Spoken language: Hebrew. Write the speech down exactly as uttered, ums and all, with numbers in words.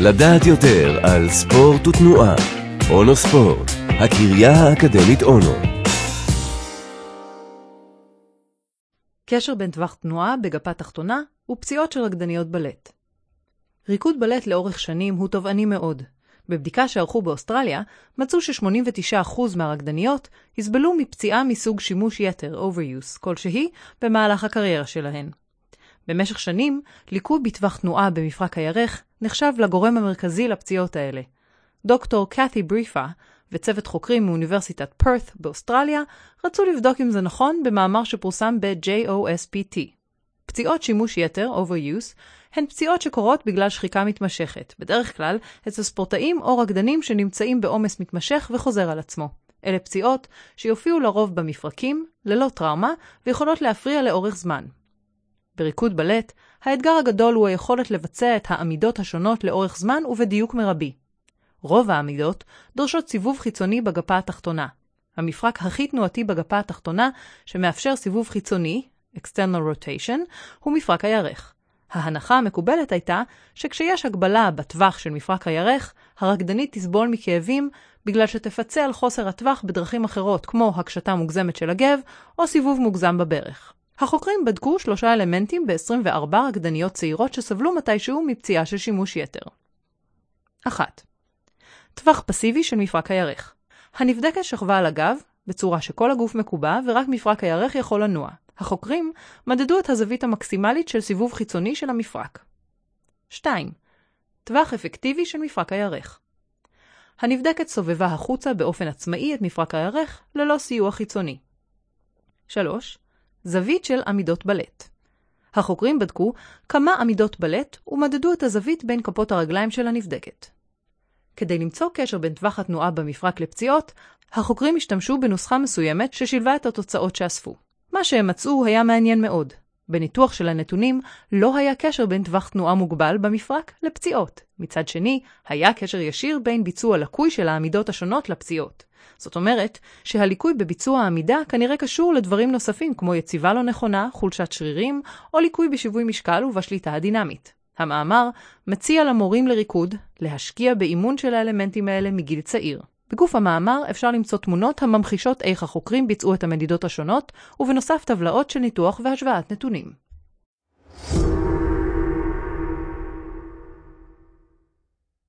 לדעת יותר על ספורט ותנועה. אונו ספורט, הקריה האקדמית אונו. קשר בין טווח תנועה בגפה תחתונה ופציעות של רקדניות בלט. ריקוד בלט לאורך שנים הוא תובעני מאוד. בבדיקה שערכו באוסטרליה, מצאו ש-שמונים ותשעה אחוז מהרקדניות הסבלו מפציעה מסוג שימוש יתר, overuse, כלשהי, במהלך הקריירה שלהן. במשך שנים, ליקוי בטווח תנועה במפרק הירך נחשב לגורם המרכזי לפציעות האלה. דוקטור קאתי בריפה וצוות חוקרים מאוניברסיטת פרת באוסטרליה רצו לבדוק אם זה נכון במאמר שפורסם ב-ג'יי או אס פי טי. פציעות שימוש יתר, overuse, הן פציעות שקורות בגלל שחיקה מתמשכת, בדרך כלל אצל ספורטאים או רקדנים שנמצאים בעומס מתמשך וחוזר על עצמו. אלה פציעות שיופיעו לרוב במפרקים, ללא טראומה, ויכולות להפריע לאורך זמן. בריקוד בלט, האתגר הגדול הוא היכולת לבצע את העמידות השונות לאורך זמן ובדיוק מרבי. רוב העמידות דורשות סיבוב חיצוני בגפה התחתונה. המפרק הכי תנועתי בגפה התחתונה שמאפשר סיבוב חיצוני, external rotation, הוא מפרק הירך. ההנחה המקובלת הייתה שכשיש הגבלה בטווח של מפרק הירך, הרקדנית תסבול מכאבים בגלל שתפצה על חוסר הטווח בדרכים אחרות כמו הקשתה מוגזמת של הגב או סיבוב מוגזם בברך. החוקרים בדקו שלושה אלמנטים ב-עשרים וארבע רקדניות צעירות שסבלו מתישהו מפציעה של שימוש יתר. אחת. טווח פסיבי של מפרק הירך. הנבדקת שכבה על הגב, בצורה שכל הגוף מקובע ורק מפרק הירך יכול לנוע. החוקרים מדדו את הזווית המקסימלית של סיבוב חיצוני של המפרק. שתיים. טווח אפקטיבי של מפרק הירך. הנבדקת סובבה החוצה באופן עצמאי את מפרק הירך ללא סיוע חיצוני. שלוש. זווית של עמידות בלט. החוקרים בדקו כמה עמידות בלט ומדדו את הזווית בין כפות הרגליים של הנבדקת. כדי למצוא קשר בין טווח התנועה במפרק לפציעות, החוקרים השתמשו בנוסחה מסוימת ששילבה את התוצאות שאספו. מה שהם מצאו היה מעניין מאוד. בניתוח של הנתונים לא היה קשר בין טווח תנועה מוגבל במפרק לפציעות. מצד שני, היה קשר ישיר בין ביצוע לקוי של העמידות השונות לפציעות. זאת אומרת שהליקוי בביצוע העמידה כנראה קשור לדברים נוספים כמו יציבה לא נכונה, חולשת שרירים או ליקוי בשיווי משקל ובשליטה הדינמית. המאמר מציע למורים לריקוד להשקיע באימון של האלמנטים האלה מגיל צעיר. בגוף המאמר אפשר למצוא תמונות הממחישות איך החוקרים ביצעו את המדידות השונות ובנוסף טבלאות של ניתוח והשוואת נתונים.